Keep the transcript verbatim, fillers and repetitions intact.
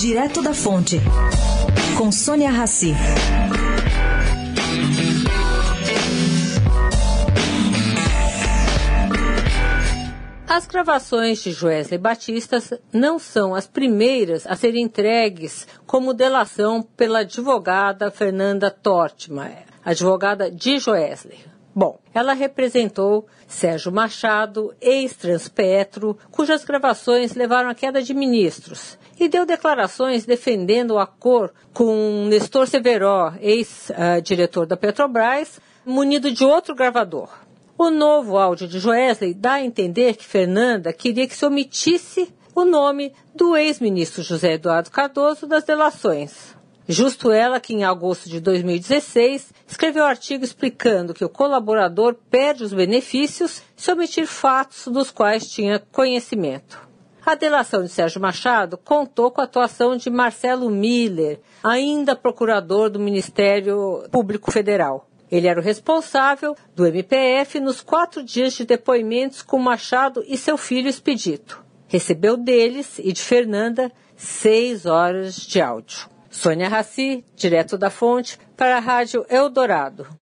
Direto da Fonte, com Sônia Rassi. As gravações de Joesley Batista não são as primeiras a serem entregues como delação pela advogada Fernanda Tortmeier, advogada de Joesley. Bom, ela representou Sérgio Machado, ex-Transpetro, cujas gravações levaram à queda de ministros, e deu declarações defendendo o acordo com Nestor Severo, ex-diretor da Petrobras, munido de outro gravador. O novo áudio de Joesley dá a entender que Fernanda queria que se omitisse o nome do ex-ministro José Eduardo Cardoso das delações. Justo ela que, em agosto de dois mil e dezesseis, escreveu um artigo explicando que o colaborador perde os benefícios se omitir fatos dos quais tinha conhecimento. A delação de Sérgio Machado contou com a atuação de Marcelo Miller, ainda procurador do Ministério Público Federal. Ele era o responsável do M P F nos quatro dias de depoimentos com Machado e seu filho Expedito. Recebeu deles e de Fernanda seis horas de áudio. Sônia Rassi, direto da Fonte, para a Rádio Eldorado.